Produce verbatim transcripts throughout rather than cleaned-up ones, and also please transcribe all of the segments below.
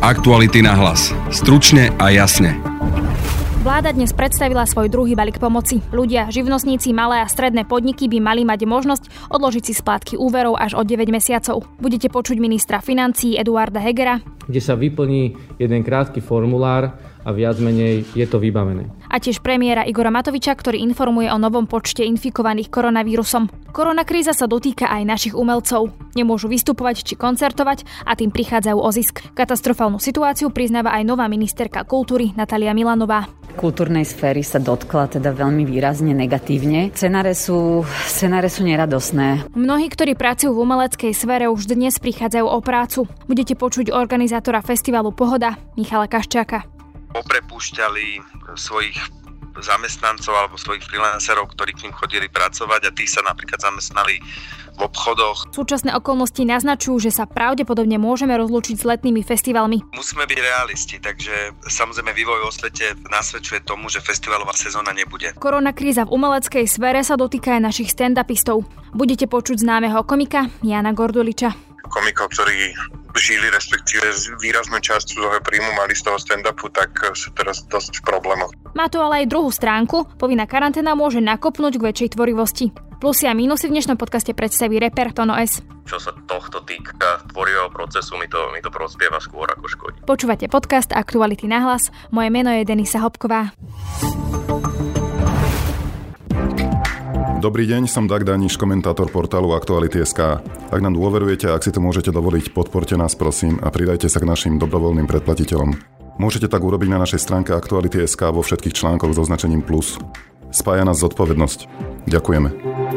Aktuality na hlas. Stručne a jasne. Vláda dnes predstavila svoj druhý balík pomoci. Ľudia, živnostníci, malé a stredné podniky by mali mať možnosť odložiť si splátky úverov až o deväť mesiacov. Budete počuť ministra financií Eduarda Hegera, kde sa vyplní jeden krátky formulár a viac menej je to vybavené. A tiež premiéra Igora Matoviča, ktorý informuje o novom počte infikovaných koronavírusom. Koronakríza sa dotýka aj našich umelcov. Nemôžu vystupovať či koncertovať a tým prichádzajú o zisk. Katastrofálnu situáciu priznáva aj nová ministerka kultúry Natália Milanová. Kultúrnej sféry sa dotkla teda veľmi výrazne negatívne. Scenáre sú, scenáre sú neradosné. Mnohí, ktorí pracujú v umeleckej sfére, už dnes prichádzajú o prácu. Budete počuť organizátora festivalu Pohoda Michala Kaščáka. Poprepúšťali svojich zamestnancov alebo svojich freelancerov, ktorí k ním chodili pracovať a tí sa napríklad zamestnali v obchodoch. Súčasné okolnosti naznačujú, že sa pravdepodobne môžeme rozlúčiť s letnými festivalmi. Musíme byť realisti, takže samozrejme vývoj vo svete nasvedčuje tomu, že festivalová sezóna nebude. Koronakríza v umeleckej sfére sa dotýka aj našich stand-upistov. Budete počuť známeho komika Jana Gorduliča. Komikov, ktorí žili, respektíve výraznú časť svojho príjmu mali z toho stand-upu, tak sú teraz dosť v problémoch. Má to ale aj druhú stránku. Povinná karanténa môže nakopnúť k väčšej tvorivosti. Plusy a mínusy v dnešnom podcaste predstaví reper Tono S. Čo sa tohto týka tvorivého procesu, mi to, mi to prospieva skôr ako škodí. Počúvate podcast Aktuality na hlas. Moje meno je Denisa Hopková. Dobrý deň, som Dag Daniš, komentátor portálu Aktuality bodka es ká. Ak nám dôverujete, ak si to môžete dovoliť, podporte nás prosím a pridajte sa k našim dobrovoľným predplatiteľom. Môžete tak urobiť na našej stránke Aktuality bodka es ká vo všetkých článkoch s označením plus. Spája nás zodpovednosť. Ďakujeme.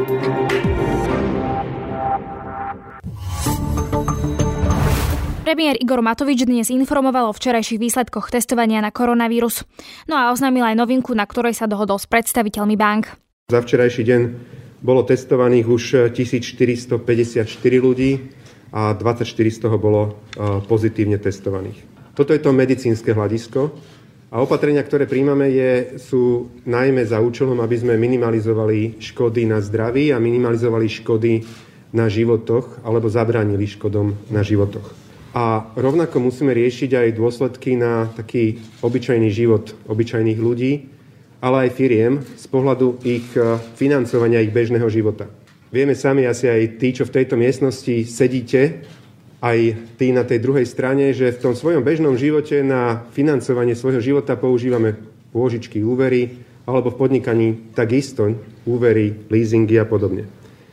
Premiér Igor Matovič dnes informoval o včerajších výsledkoch testovania na koronavírus. No a oznámil aj novinku, na ktorej sa dohodol s predstaviteľmi bank. Za včerajší deň bolo testovaných už tisícštyristopäťdesiatštyri ľudí a dvadsaťštyri z toho bolo pozitívne testovaných. Toto je to medicínske hľadisko a opatrenia, ktoré príjmame, je, sú najmä za účelom, aby sme minimalizovali škody na zdraví a minimalizovali škody na životoch alebo zabránili škodom na životoch. A rovnako musíme riešiť aj dôsledky na taký obyčajný život obyčajných ľudí, ale aj firiem z pohľadu ich financovania ich bežného života. Vieme sami, asi aj tí, čo v tejto miestnosti sedíte, aj tí na tej druhej strane, že v tom svojom bežnom živote na financovanie svojho života používame pôžičky, úvery, alebo v podnikaní takisto úvery, leasingy a podobne.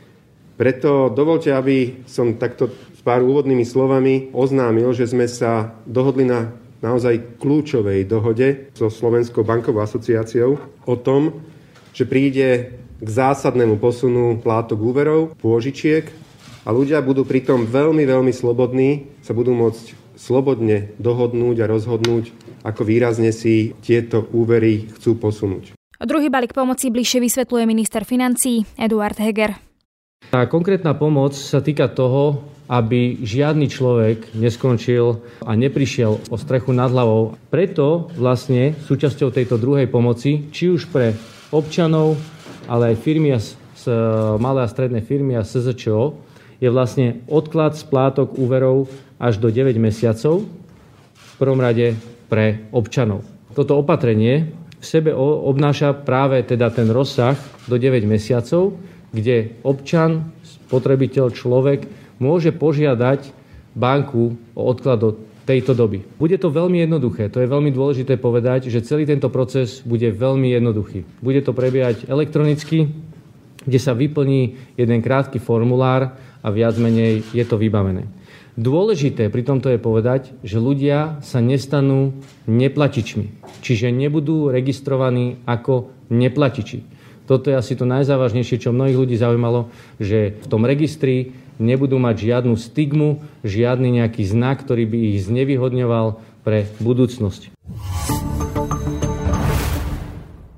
Preto dovoľte, aby som takto s pár úvodnými slovami oznámil, že sme sa dohodli na naozaj kľúčovej dohode so Slovenskou bankovou asociáciou o tom, že príde k zásadnému posunu plátok úverov, pôžičiek a ľudia budú pritom veľmi, veľmi slobodní, sa budú môcť slobodne dohodnúť a rozhodnúť, ako výrazne si tieto úvery chcú posunúť. Druhý balík pomoci bližšie vysvetľuje minister financií Eduard Heger. Tá konkrétna pomoc sa týka toho, aby žiadny človek neskončil a neprišiel o strechu nad hlavou. Preto vlastne súčasťou tejto druhej pomoci, či už pre občanov, ale aj firmy, malé a stredné firmy a es zet č o, je vlastne odklad splátok úverov až do deväť mesiacov, v prvom rade pre občanov. Toto opatrenie v sebe obnáša práve teda ten rozsah do deväť mesiacov, kde občan, spotrebiteľ, človek môže požiadať banku o odklad do tejto doby. Bude to veľmi jednoduché, to je veľmi dôležité povedať, že celý tento proces bude veľmi jednoduchý. Bude to prebiehať elektronicky, kde sa vyplní jeden krátky formulár a viac menej je to vybavené. Dôležité pri tomto je povedať, že ľudia sa nestanú neplatičmi, čiže nebudú registrovaní ako neplatiči. Toto je asi to najzávažnejšie, čo mnohých ľudí zaujímalo, že v tom registri nebudú mať žiadnu stigmu, žiadny nejaký znak, ktorý by ich znevýhodňoval pre budúcnosť.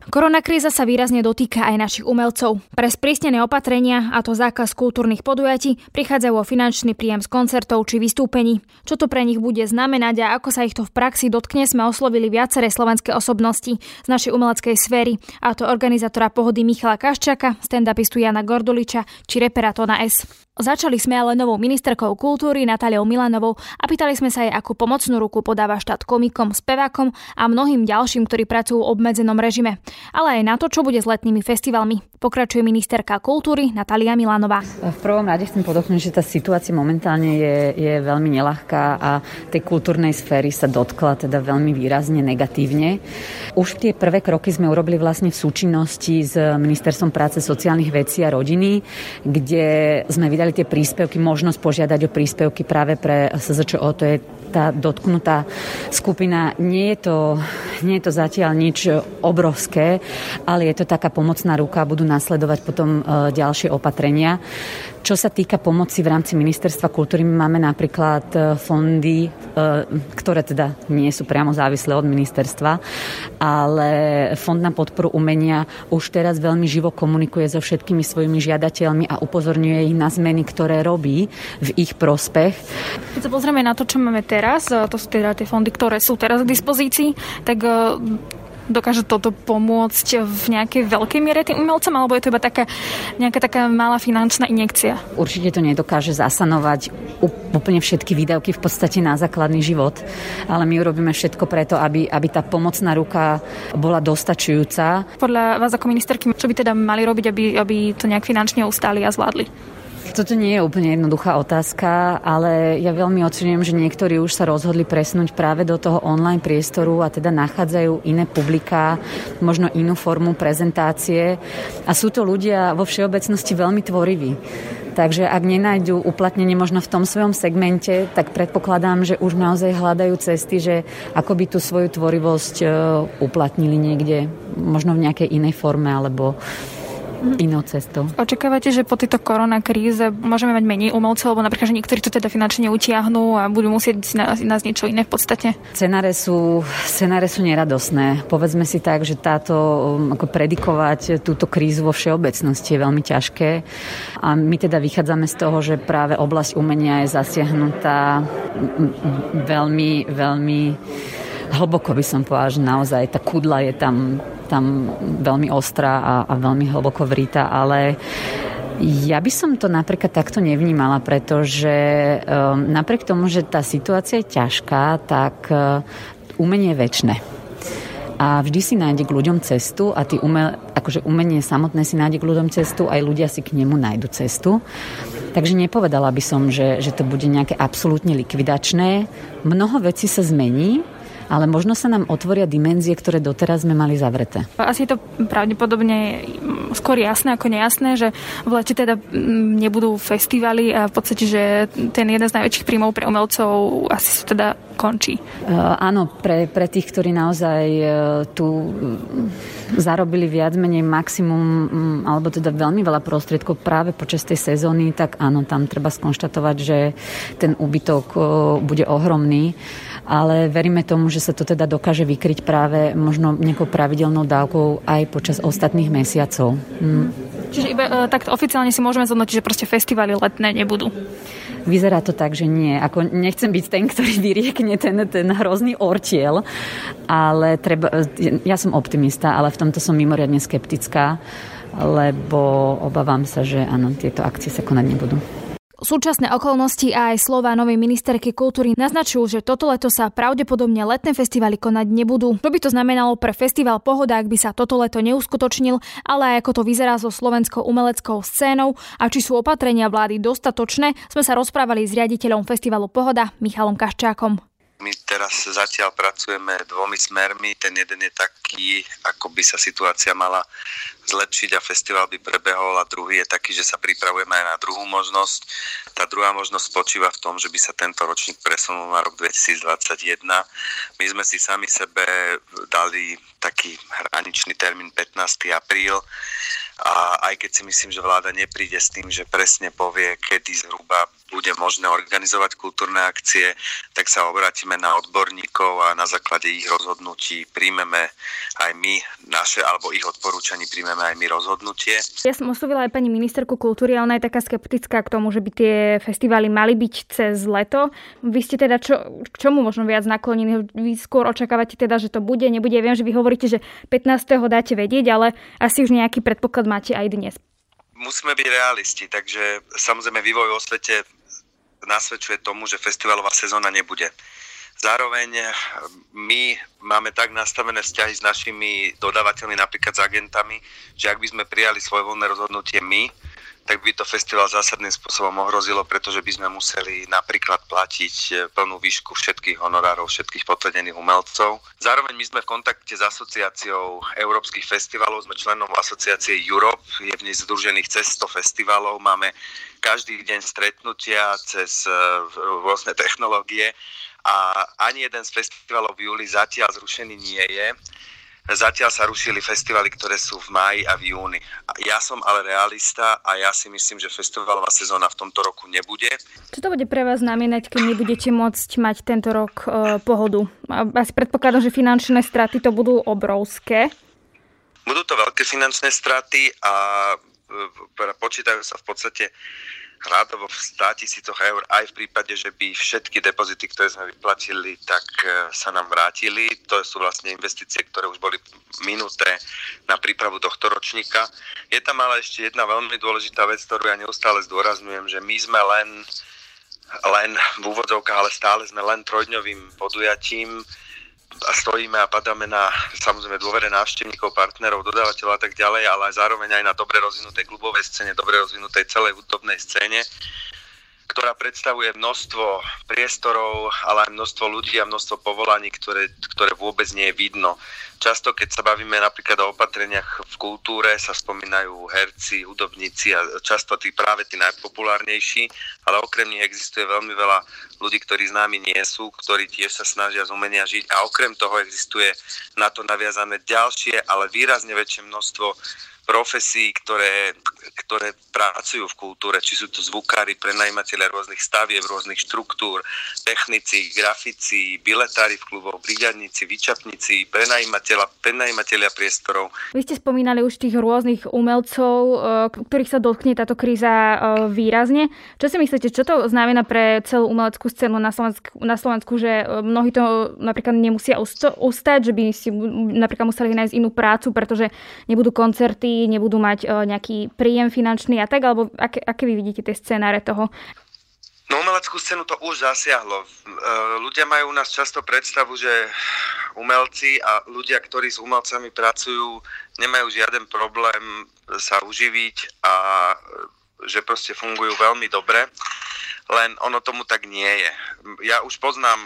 Koronakríza sa výrazne dotýka aj našich umelcov. Pre sprísnené opatrenia, a to zákaz kultúrnych podujatí, prichádzajú o finančný príjem z koncertov či vystúpení. Čo to pre nich bude znamenať a ako sa ich to v praxi dotkne, sme oslovili viaceré slovenské osobnosti z našej umeleckej sféry, a to organizátora Pohody Michala Kaščáka, stand-upistu Jana Gorduliča či repera Tona es. Začali sme ale novou ministerkou kultúry Natáliou Milanovou a pýtali sme sa jej, akú pomocnú ruku podáva štát komikom, spevákom a mnohým ďalším, ktorí pracujú v obmedzenom režime. Ale aj na to, čo bude s letnými festivalmi. Pokračuje ministerka kultúry Natália Milanová. V prvom rade chcem podotknúť, že tá situácia momentálne je, je veľmi neľahká a tej kultúrnej sféry sa dotkla teda veľmi výrazne negatívne. Už tie prvé kroky sme urobili vlastne v súčinnosti s Ministerstvom práce, sociálnych vecí a rodiny, kde sme vydali tie príspevky, možnosť požiadať o príspevky práve pre es zet čo o, to je tá dotknutá skupina. Nie je to, nie je to zatiaľ nič obrovské, ale je to taká pomocná ruka, budú nasledovať potom e, ďalšie opatrenia. Čo sa týka pomoci v rámci Ministerstva kultúry, my máme napríklad fondy, e, ktoré teda nie sú priamo závislé od ministerstva, ale Fond na podporu umenia už teraz veľmi živo komunikuje so všetkými svojimi žiadateľmi a upozorňuje ich na zmeny, ktoré robí v ich prospech. Keď sa pozrieme na to, čo máme teraz, to sú teda tie fondy, ktoré sú teraz k dispozícii, tak dokáže toto pomôcť v nejakej veľkej miere tým umelcom, alebo je to iba taká, nejaká taká malá finančná injekcia? Určite to nedokáže zasanovať úplne všetky výdavky v podstate na základný život, ale my urobíme všetko preto, aby, aby tá pomocná ruka bola dostačujúca. Podľa vás ako ministerky, čo by teda mali robiť, aby, aby to nejak finančne ustáli a zvládli? Toto nie je úplne jednoduchá otázka, ale ja veľmi oceňujem, že niektorí už sa rozhodli presnúť práve do toho online priestoru a teda nachádzajú iné publiká, možno inú formu prezentácie a sú to ľudia vo všeobecnosti veľmi tvoriví. Takže ak nenájdu uplatnenie možno v tom svojom segmente, tak predpokladám, že už naozaj hľadajú cesty, že ako by tú svoju tvorivosť uplatnili niekde, možno v nejakej inej forme alebo inou cestou. Očakávate, že po tejto koronakríze môžeme mať menej umelcov, lebo napríklad, že niektorí to teda finančne utiahnú a budú musieť nás niečo iné v podstate? Scenáre sú, scenáre sú neradosné. Povedzme si tak, že táto, ako predikovať túto krízu vo všeobecnosti je veľmi ťažké. A my teda vychádzame z toho, že práve oblasť umenia je zasiahnutá veľmi, veľmi hlboko, by som povedala, že naozaj tá kudla je tam, tam veľmi ostrá a, a veľmi hlboko vrita, ale ja by som to napríklad takto nevnímala, pretože um, napriek tomu, že tá situácia je ťažká, tak uh, umenie je večné. A vždy si nájde k ľuďom cestu a tí umel, akože umenie samotné si nájde k ľuďom cestu, aj ľudia si k nemu nájdu cestu. Takže nepovedala by som, že, že to bude nejaké absolútne likvidačné. Mnoho vecí sa zmení, ale možno sa nám otvoria dimenzie, ktoré doteraz sme mali zavreté. Asi je to pravdepodobne skôr jasné ako nejasné, že v lete teda nebudú festivaly a v podstate, že ten jeden z najväčších príjmov pre umelcov asi teda končí. Uh, áno, pre, pre tých, ktorí naozaj uh, tu zarobili viac menej maximum, um, alebo teda veľmi veľa prostriedkov práve počas tej sezóny, tak áno, tam treba skonštatovať, že ten úbytok uh, bude ohromný. Ale veríme tomu, že sa to teda dokáže vykryť práve možno nejakou pravidelnou dávkou aj počas ostatných mesiacov. Mm. Čiže iba e, takto oficiálne si môžeme zhodnotiť, že proste festivaly letné nebudú? Vyzerá to tak, že nie. Ako nechcem byť ten, ktorý vyriekne ten, ten hrozný ortiel, ale treba, ja som optimista, ale v tomto som mimoriadne skeptická, lebo obávam sa, že áno, tieto akcie sa konať nebudú. Súčasné okolnosti a aj slová novej ministerky kultúry naznačujú, že toto leto sa pravdepodobne letné festivaly konať nebudú. Čo by to znamenalo pre festival Pohoda, ak by sa toto leto neuskutočnil, ale aj ako to vyzerá so slovenskou umeleckou scénou a či sú opatrenia vlády dostatočné, sme sa rozprávali s riaditeľom festivalu Pohoda Michalom Kaščákom. My teraz zatiaľ pracujeme dvomi smermi. Ten jeden je taký, ako by sa situácia mala zlepšiť a festival by prebehol, a druhý je taký, že sa pripravujeme aj na druhú možnosť. Tá druhá možnosť spočíva v tom, že by sa tento ročník presunul na rok dvetisícdvadsaťjeden. My sme si sami sebe dali taký hraničný termín pätnásteho apríla. A aj keď si myslím, že vláda nepríde s tým, že presne povie, kedy zhruba bude možné organizovať kultúrne akcie, tak sa obrátime na odborníkov a na základe ich rozhodnutí príjmeme aj my naše, alebo ich odporúčaní príjmeme aj my rozhodnutie. Ja som oslovila aj pani ministerku kultúry, ale ona je taká skeptická k tomu, že by tie festivály mali byť cez leto. Vy ste teda čo, k čomu možno viac naklonení? Vy skôr očakávate teda, že to bude, nebude? Viem, že vy hovoríte, že pätnásteho dáte vedieť, ale asi už nejaký predpoklad máte aj dnes. Musíme byť realisti, takže samozrejme vývoj vo svete nasvedčuje tomu, že festivalová sezóna nebude. Zároveň my máme tak nastavené vzťahy s našimi dodávateľmi, napríklad s agentami, že ak by sme prijali svojvoľné rozhodnutie my, tak by to festival zásadným spôsobom ohrozilo, pretože by sme museli napríklad platiť plnú výšku všetkých honorárov, všetkých potvrdených umelcov. Zároveň my sme v kontakte s asociáciou európskych festivalov, sme členom asociácie Europe, je v nej združených cez sto festivalov, máme každý deň stretnutia cez rôzne technológie a ani jeden z festivalov v júli zatiaľ zrušený nie je. Zatiaľ sa rušili festivaly, ktoré sú v máji a v júni. Ja som ale realista a ja si myslím, že festivalová sezóna v tomto roku nebude. Čo to bude pre vás znamenať, keď nebudete môcť mať tento rok e, pohodu? Asi predpokladám, že finančné straty to budú obrovské. Budú to veľké finančné straty a e, počítajú sa v podstate rádovo v státisícoch eur, aj v prípade, že by všetky depozity, ktoré sme vyplatili, tak sa nám vrátili. To sú vlastne investície, ktoré už boli minuté na prípravu tohto ročníka. Je tam ale ešte jedna veľmi dôležitá vec, ktorú ja neustále zdôrazňujem, že my sme len, len v úvodzovkách, ale stále sme len trojdňovým podujatím a stojíme a padáme na samozrejme dôvere návštevníkov, partnerov, dodávateľov a tak ďalej, ale aj zároveň aj na dobre rozvinutej klubovej scéne, dobre rozvinutej celej hudobnej scéne, ktorá predstavuje množstvo priestorov, ale aj množstvo ľudí a množstvo povolaní, ktoré, ktoré vôbec nie je vidno. Často, keď sa bavíme napríklad o opatreniach v kultúre, sa spomínajú herci, hudobníci a často tí práve tí najpopulárnejší, ale okrem nich existuje veľmi veľa ľudí, ktorí s nami nie sú, ktorí tiež sa snažia z umenia žiť a okrem toho existuje na to naviazané ďalšie, ale výrazne väčšie množstvo profesí, ktoré, ktoré pracujú v kultúre, či sú to zvukári, prenajímatelia rôznych stavieb, rôznych štruktúr, technici, grafici, biletári v kluboch, brigadníci, vyčapníci, prenajímatelia, prenajímatelia priestorov. Vy ste spomínali už tých rôznych umelcov, ktorých sa dotkne táto kríza výrazne. Čo si myslíte, čo to znamená pre celú umeleckú scénu na Slovensku, na Slovensku, že mnohí to napríklad nemusia ustať, že by si napríklad museli nájsť inú prácu, pretože nebudú koncerty, nebudú mať uh, nejaký príjem finančný a tak, alebo aké, aké vy vidíte tie scenáre toho? No umeleckú scénu to už zasiahlo. Uh, ľudia majú u nás často predstavu, že umelci a ľudia, ktorí s umelcami pracujú, nemajú žiaden problém sa uživiť a že proste fungujú veľmi dobre, len ono tomu tak nie je. Ja už poznám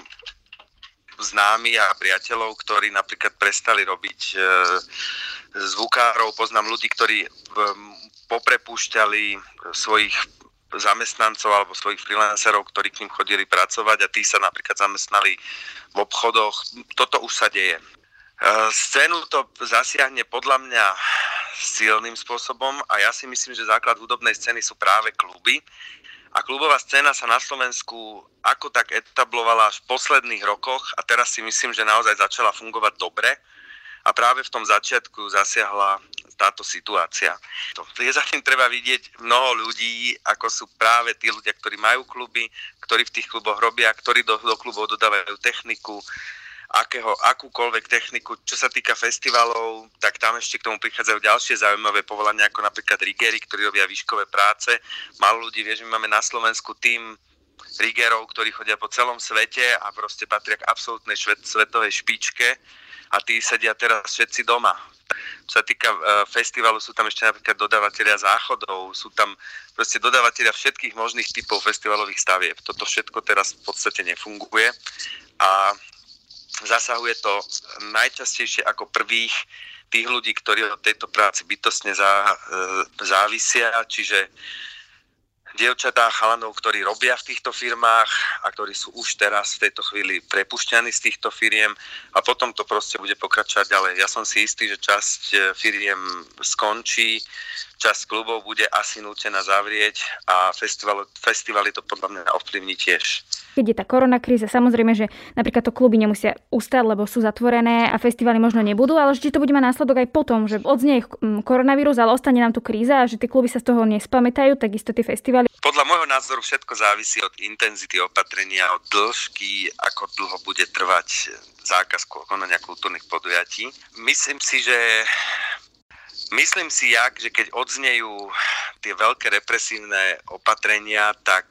známi a priateľov, ktorí napríklad prestali robiť e, zvukárov, poznám ľudí, ktorí poprepúšťali svojich zamestnancov alebo svojich freelancerov, ktorí k ním chodili pracovať a tí sa napríklad zamestnali v obchodoch. Toto už sa deje. Scénu to zasiahne podľa mňa silným spôsobom a ja si myslím, že základ hudobnej scény sú práve kluby. A klubová scéna sa na Slovensku ako tak etablovala až v posledných rokoch a teraz si myslím, že naozaj začala fungovať dobre. A práve v tom začiatku zasiahla táto situácia. Je za tým treba vidieť mnoho ľudí, ako sú práve tí ľudia, ktorí majú kluby, ktorí v tých kluboch robia, ktorí do, do klubov dodávajú techniku, akého, akúkoľvek techniku. Čo sa týka festivalov, tak tam ešte k tomu prichádzajú ďalšie zaujímavé povolania, ako napríklad rigery, ktorí robia výškové práce. Málo ľudí vie, že my máme na Slovensku tým rigerov, ktorí chodia po celom svete a proste patria k absolútnej svetovej špičke. A tí sedia teraz všetci doma. Čo sa týka uh, festivalu, sú tam ešte napríklad dodávateľia záchodov, sú tam proste dodávateľia všetkých možných typov festivalových stavieb. Toto všetko teraz v podstate nefunguje a zasahuje to najčastejšie ako prvých tých ľudí, ktorí od tejto práce bytostne zá, uh, závisia, čiže dievčatá, chalanov, ktorí robia v týchto firmách a ktorí sú už teraz v tejto chvíli prepušťaní z týchto firiem a potom to proste bude pokračovať ďalej. Ja som si istý, že časť firiem skončí, časť klubov bude asi nútená zavrieť a festival, festivaly to podľa mňa ovplyvní tiež. Keď je tá koronakríza, samozrejme, že napríklad to kluby nemusia ustať, lebo sú zatvorené a festivaly možno nebudú, ale či to bude mať následok aj potom, že odznie koronavírus, ale ostane nám tu kríza a že tie kluby sa z toho nespamätajú, takisto tie festivaly. Podľa môjho názoru všetko závisí od intenzity opatrenia, od dĺžky, ako dlho bude trvať zákaz konania kultúrnych podujatí. Myslím si, že Myslím si, jak, že keď odznejú tie veľké represívne opatrenia, tak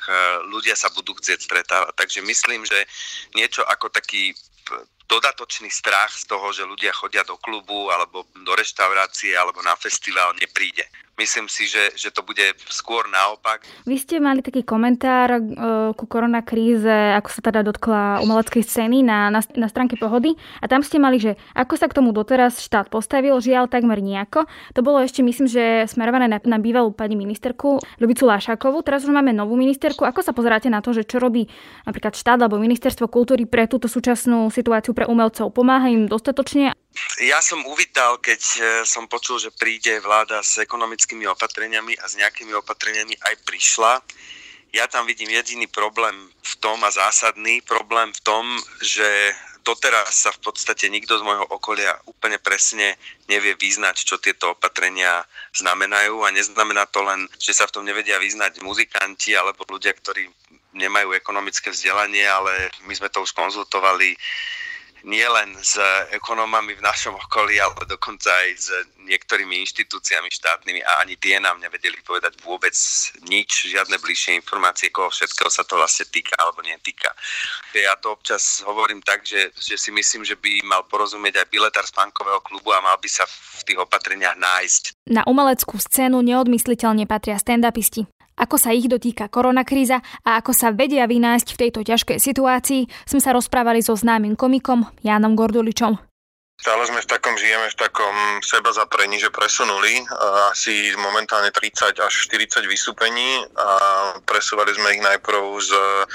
ľudia sa budú chcieť stretávať. Takže myslím, že niečo ako taký dodatočný strach z toho, že ľudia chodia do klubu alebo do reštaurácie alebo na festival, nepríde. Myslím si, že, že to bude skôr naopak. Vy ste mali taký komentár e, ku koronakríze, ako sa teda dotkla umeleckej scény na, na, na stránke Pohody. A tam ste mali, že ako sa k tomu doteraz štát postavil, žiaľ takmer nejako. To bolo ešte, myslím, že smerované na, na bývalú pani ministerku Ľubicu Lášákovú. Teraz už máme novú ministerku. Ako sa pozeráte na to, že čo robí napríklad štát alebo ministerstvo kultúry pre túto súčasnú situáciu pre umelcov? Pomáha im dostatočne? Ja som uvítal, keď som počul, že príde vláda s ekonomickými opatreniami a s nejakými opatreniami aj prišla. Ja tam vidím jediný problém v tom a zásadný problém v tom, že doteraz sa v podstate nikto z môjho okolia úplne presne nevie vyznať, čo tieto opatrenia znamenajú, a neznamená to len, že sa v tom nevedia vyznať muzikanti alebo ľudia, ktorí nemajú ekonomické vzdelanie, ale my sme to už konzultovali nie len s ekonómami v našom okolí, ale dokonca aj s niektorými inštitúciami štátnymi, a ani tie nám nevedeli povedať vôbec nič, žiadne bližšie informácie, koho všetkého sa to vlastne týka alebo netýka. Ja to občas hovorím tak, že, že si myslím, že by mal porozumieť aj biletár z punkového klubu a mal by sa v tých opatreniach nájsť. Na umeleckú scénu neodmysliteľne patria stand-upisti. Ako sa ich dotýka koronakríza a ako sa vedia vynájsť v tejto ťažkej situácii, sme sa rozprávali so známym komikom Jánom Gorduličom. Stále sme v takom, žijeme v takom seba zaprení, že presunuli asi momentálne tridsať až štyridsať vystúpení a presúvali sme ich najprv z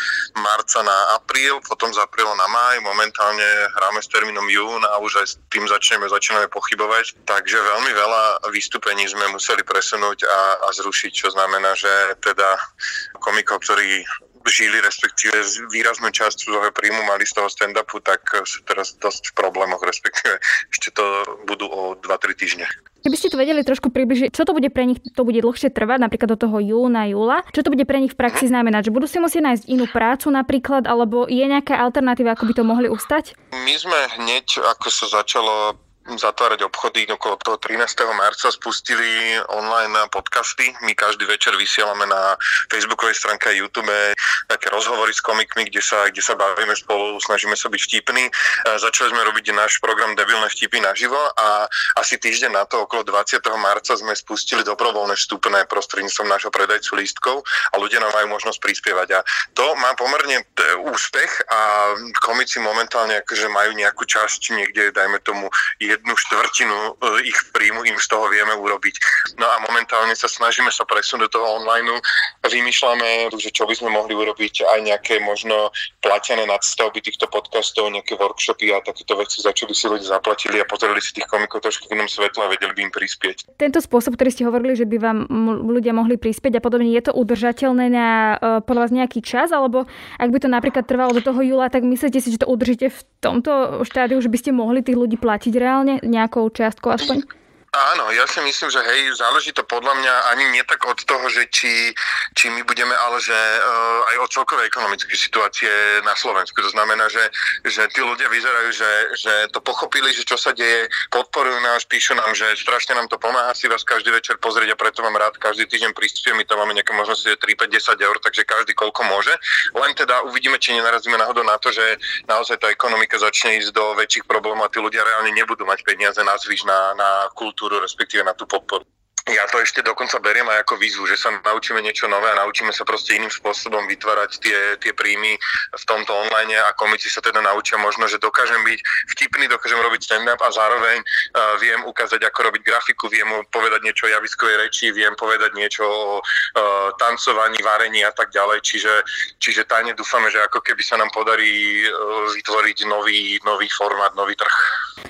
marca na apríl, potom z apríla na máj. Momentálne hráme s termínom jún a už aj s tým začneme, začíname pochybovať. Takže veľmi veľa vystúpení sme museli presunúť a, a zrušiť, čo znamená, že teda komikov, ktorí žili, respektíve výraznú časť svojho príjmu mali z toho stand-upu, tak sú teraz dosť v problémoch, respektíve ešte to budú o dva tri týždne. Keby ste to vedeli trošku približiť, čo to bude pre nich, to bude dlhšie trvať, napríklad do toho júna, júla, čo to bude pre nich v praxi znamenať? Že budú si musieť nájsť inú prácu napríklad, alebo je nejaká alternatíva, ako by to mohli ustať? My sme hneď, ako sa začalo zatvárať obchody, okolo toho trinásteho marca spustili online podcasty. My každý večer vysielame na facebookovej stránke a YouTube také rozhovory s komikmi, kde sa, kde sa bavíme spolu, snažíme sa byť vtipní. Začali sme robiť náš program Debilné vtipy naživo a asi týždeň na to, okolo dvadsiateho marca, sme spustili dobrovoľné vstupné prostredníctvom nášho predajcu lístkov a ľudia nám majú možnosť prispievať. A to má pomerne úspech a komici momentálne akože majú nejakú časť niekde, dajme tomu, jednu štvrtinu ich príjmu im z toho vieme urobiť. No a momentálne sa snažíme sa presunúť do toho online. Vymýšľame, že čo by sme mohli urobiť, aj nejaké možno platené nadstavby týchto podcastov, nejaké workshopy a takéto veci, za čo by si ľudia zaplatili a pozreli si tých komikov trošku v inom svetle a vedeli by im prispieť. Tento spôsob, ktorý ste hovorili, že by vám ľudia mohli prispieť a podobne, je to udržateľné na podľa vás nejaký čas, alebo ak by to napríklad trvalo do toho júla, tak myslíte si, že to udržíte v tomto štádiu, že by ste mohli tých ľudí platiť reálne nejakou čiastkou aspoň? Áno, ja si myslím, že hej, záleží to podľa mňa ani nie tak od toho, že či, či my budeme, ale že uh, aj od celkovej ekonomickej situácie na Slovensku. To znamená, že, že tí ľudia vyzerajú, že, že to pochopili, že čo sa deje, podporujú nás, píšu nám, že strašne nám to pomáha si vás každý večer pozrieť a preto mám rád, každý týždeň prispiem, my tam máme nejaké možnosti tri, päť, desať eur, takže každý koľko môže. Len teda uvidíme, či nenarazíme náhodou na to, že naozaj tá ekonomika začne ísť do väčších problémov a tí ľudia reálne nebudú mať peniaze na zvyš na, na kultúru, respektíve na tú podporu. Ja to ešte dokonca beriem aj ako výzvu, že sa naučíme niečo nové a naučíme sa proste iným spôsobom vytvárať tie, tie príjmy v tomto online a komici sa teda naučia možno, že dokážem byť vtipný, dokážem robiť stand-up a zároveň uh, viem ukázať, ako robiť grafiku, viem povedať niečo o javiskovej reči, viem povedať niečo o uh, tancovaní, varení a tak ďalej. Čiže, čiže tajne dúfame, že ako keby sa nám podarí uh, vytvoriť nový, nový formát, nový trh.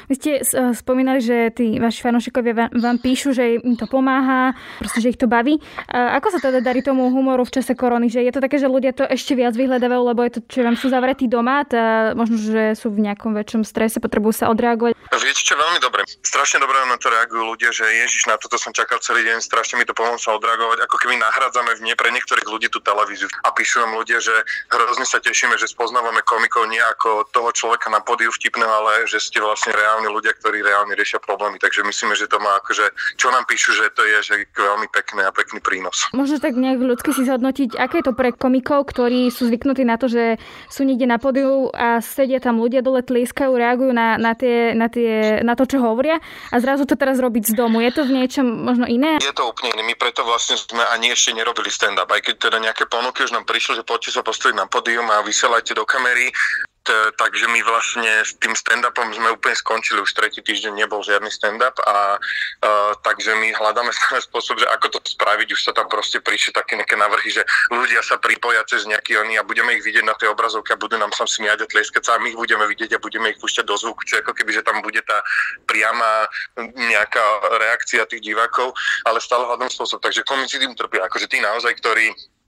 Vy ste spomínali, že tí vaši fanúšikovia vám píšu, že im to pomáha, proste, že ich to baví. Ako sa teda darí tomu humoru v čase korony? Že je to také, že ľudia to ešte viac vyhľadávajú, lebo je to, čo vám sú zavretí doma, a možno, že sú v nejakom väčšom strese, potrebujú sa odreagovať? Viete čo, veľmi dobre. Strašne dobre na to reagujú ľudia, že ježiš, na toto som čakal celý deň, strašne mi to pomohlo odreagovať, ako keby nahrádzame v nie pre niektorých ľudí tú televíziu. A píšu nám ľudia, že hrozne sa tešíme, že spoznávame komikov nie ako toho človeka na pódiu vtipného, ale že ste vlastne reálni ľudia, ktorí reálne riešia problémy. Takže myslíme, že to má akože, čo nám píšu, že to je že veľmi pekné a pekný prínos. Možno tak nejak ľudsky si zhodnotiť, aké je to pre komikov, ktorí sú zvyknutí na to, že sú niekde na pódiu a sedia tam ľudia dole, tlieskajú, reagujú na, na, tie, na, tie, na to, čo hovoria a zrazu to teraz robiť z domu. Je to v niečom možno iné? Je to úplne iné. My preto vlastne sme ani ešte nerobili stand-up. Aj keď teda nejaké ponuky už nám prišli, že poďte sa postaviť na pódium a vysielajte do kamery, T- takže my vlastne s tým stand-upom sme úplne skončili, už tretí týždeň nebol žiadny stand-up a uh, takže my hľadáme stále spôsob, že ako to spraviť, už sa tam proste prišli také nejaké návrhy, že ľudia sa pripoja cez nejaký oný a budeme ich vidieť na tej obrazovke a budú nám sa smiať a tlieskať sa a my ich budeme vidieť a budeme ich púšťať do zvuku, čo ako keby, že tam bude tá priama nejaká reakcia tých divákov, ale stále hľadám spôsob, takže komici tým trpia, akože tí naozaj, ktorí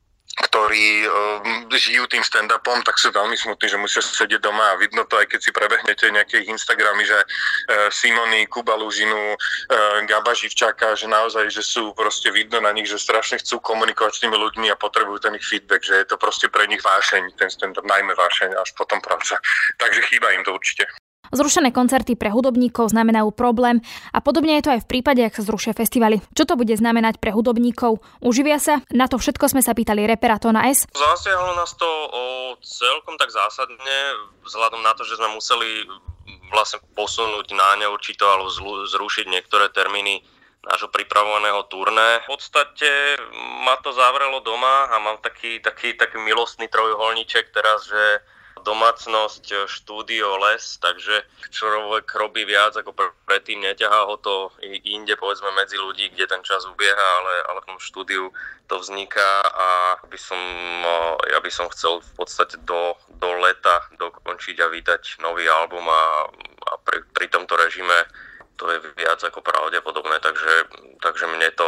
ktorí um, žijú tým stand-upom, tak sú veľmi smutní, že musia sedieť doma a vidno to, aj keď si prebehnete nejaké ich Instagramy, že uh, Simony, Kuba Lužinu, uh, Gaba Živčáka, že naozaj, že sú proste vidno na nich, že strašne chcú komunikovať s tými ľuďmi a potrebujú ten ich feedback, že je to proste pre nich vášeň, ten stand-up, najmä vášeň, až potom práca. Takže chýba im to určite. Zrušené koncerty pre hudobníkov znamenajú problém a podobne je to aj v prípade, ak sa zrušia festivaly. Čo to bude znamenať pre hudobníkov? Uživia sa? Na to všetko sme sa pýtali repera Tona S. Zasiahlo nás to o celkom tak zásadne, vzhľadom na to, že sme museli vlastne posunúť na neurčito alebo zrušiť niektoré termíny nášho pripravovaného turné. V podstate ma to zavrelo doma a mám taký, taký, taký milostný trojuholníček teraz, že domácnosť, štúdio, les, takže človek robí viac ako predtým, neťahá ho to inde, povedzme medzi ľudí, kde ten čas ubieha, ale, ale v tom štúdiu to vzniká a by som, ja by som chcel v podstate do, do leta dokončiť a vydať nový album a, a pri, pri tomto režime to je viac ako pravdepodobné, takže, takže mne to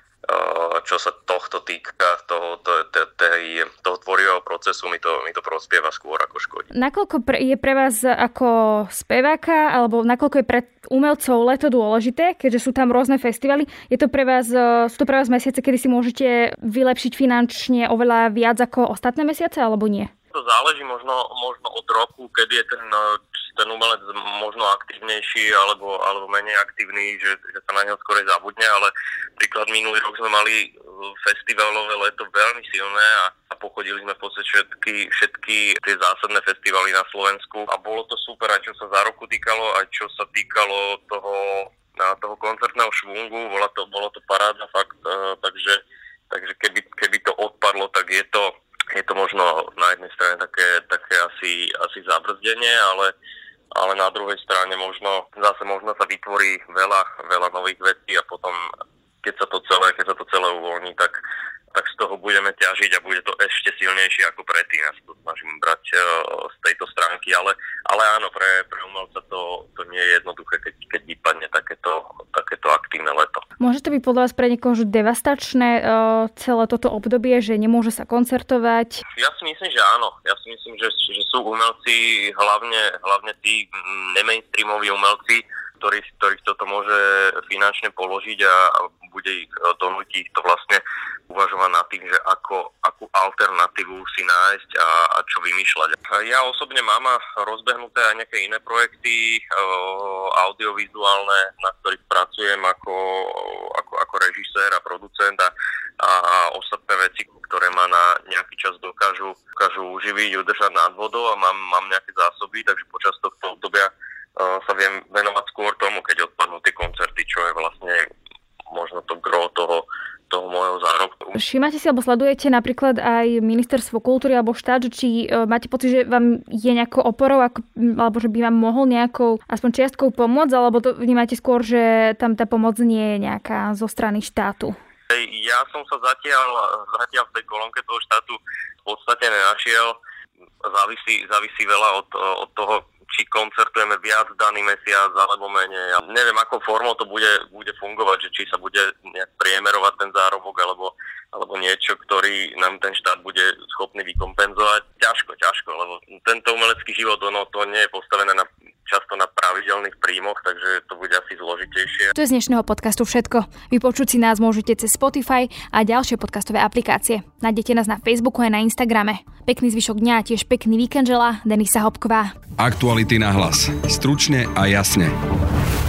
čo sa tohto týka, toho, to, to, tej, toho tvorivého procesu, mi to, mi to prospieva skôr ako škodí. Nakoľko pre, je pre vás ako speváka, alebo nakoľko je pre umelcov leto dôležité, keďže sú tam rôzne festivaly, je to pre vás, sú to pre vás mesiace, kedy si môžete vylepšiť finančne oveľa viac ako ostatné mesiace, alebo nie? To záleží možno, možno od roku, kedy je ten, ten umelec možno aktívnejší alebo, alebo menej aktívny, že, že sa na neho skôr zabudne, ale príklad minulý rok sme mali festivalové leto veľmi silné a, a pochodili sme v podstate všetky, všetky tie zásadné festivaly na Slovensku a bolo to super, aj čo sa za roku týkalo, aj čo sa týkalo toho, toho koncertného švungu, bola to, bolo to paráda fakt, uh, takže, takže keby, keby to odpadlo, tak je to Je to možno na jednej strane také, také asi, asi zabrzdenie, ale, ale na druhej strane možno, zase možno sa vytvorí veľa, veľa nových vecí a potom, keď sa to celé, keď sa to celé uvoľní, tak, tak z toho budeme ťažiť a bude to ešte silnejšie ako predtým. Ja sa to snažím brať z tejto stránky, ale, ale áno, pre, pre umelca to, to nie je jednoduché, keď, keď vypadne takéto, takéto aktívne leto. Môže to byť podľa vás pre niekoho devastačné celé toto obdobie, že nemôže sa koncertovať? Ja si myslím, že áno. Ja si myslím, že, že sú umelci, hlavne, hlavne tí nemainstreamoví umelci, ktorých, ktorých toto môže finančne položiť a, a bude ich donútiť to vlastne uvažovať nad tým, že ako, akú alternatívu si nájsť a, a čo vymýšľať. Ja osobne mám rozbehnuté aj nejaké iné projekty, audiovizuálne, na ktorých pracujem ako, ako, ako režisér a producent a, a ostatné veci, ktoré ma na nejaký čas dokážu, dokážu uživiť, udržať nad vodou a mám, mám nejaké zásoby, takže počas tohto obdobia uh, sa viem venovať skôr tomu, keď odpadnú tie koncerty, čo je vlastne možno to gro toho, toho môjho zárobku. Všímate si alebo sledujete napríklad aj ministerstvo kultúry alebo štát, či uh, máte pocit, že vám je nejakou oporou, ako, alebo že by vám mohol nejakou aspoň čiastkou pomôcť, alebo to vnímate skôr, že tam tá pomoc nie je nejaká zo strany štátu? Ja som sa zatiaľ, zatiaľ v tej kolónke toho štátu v podstate nenašiel. Závisí, závisí veľa od, od toho, či koncertujeme viac daný mesiac alebo menej. Ja neviem, akou formou to bude, bude fungovať, že či sa bude nejak priemerovať ten zárobok alebo, alebo niečo, ktorý nám ten štát bude schopný vykompenzovať. Ťažko, ťažko, lebo tento umelecký život, ono to nie je postavené na, často na pravidelných príjmoch, takže to bude asi zložitejšie. To je z dnešného podcastu všetko. Vypočuť si nás môžete cez Spotify a ďalšie podcastové aplikácie. Nájdete nás na Facebooku a na Instagrame. Pekný zvyšok dňa a tiež pekný víkend želá Denisa Hopková. Aktuality na hlas. Stručne a jasne.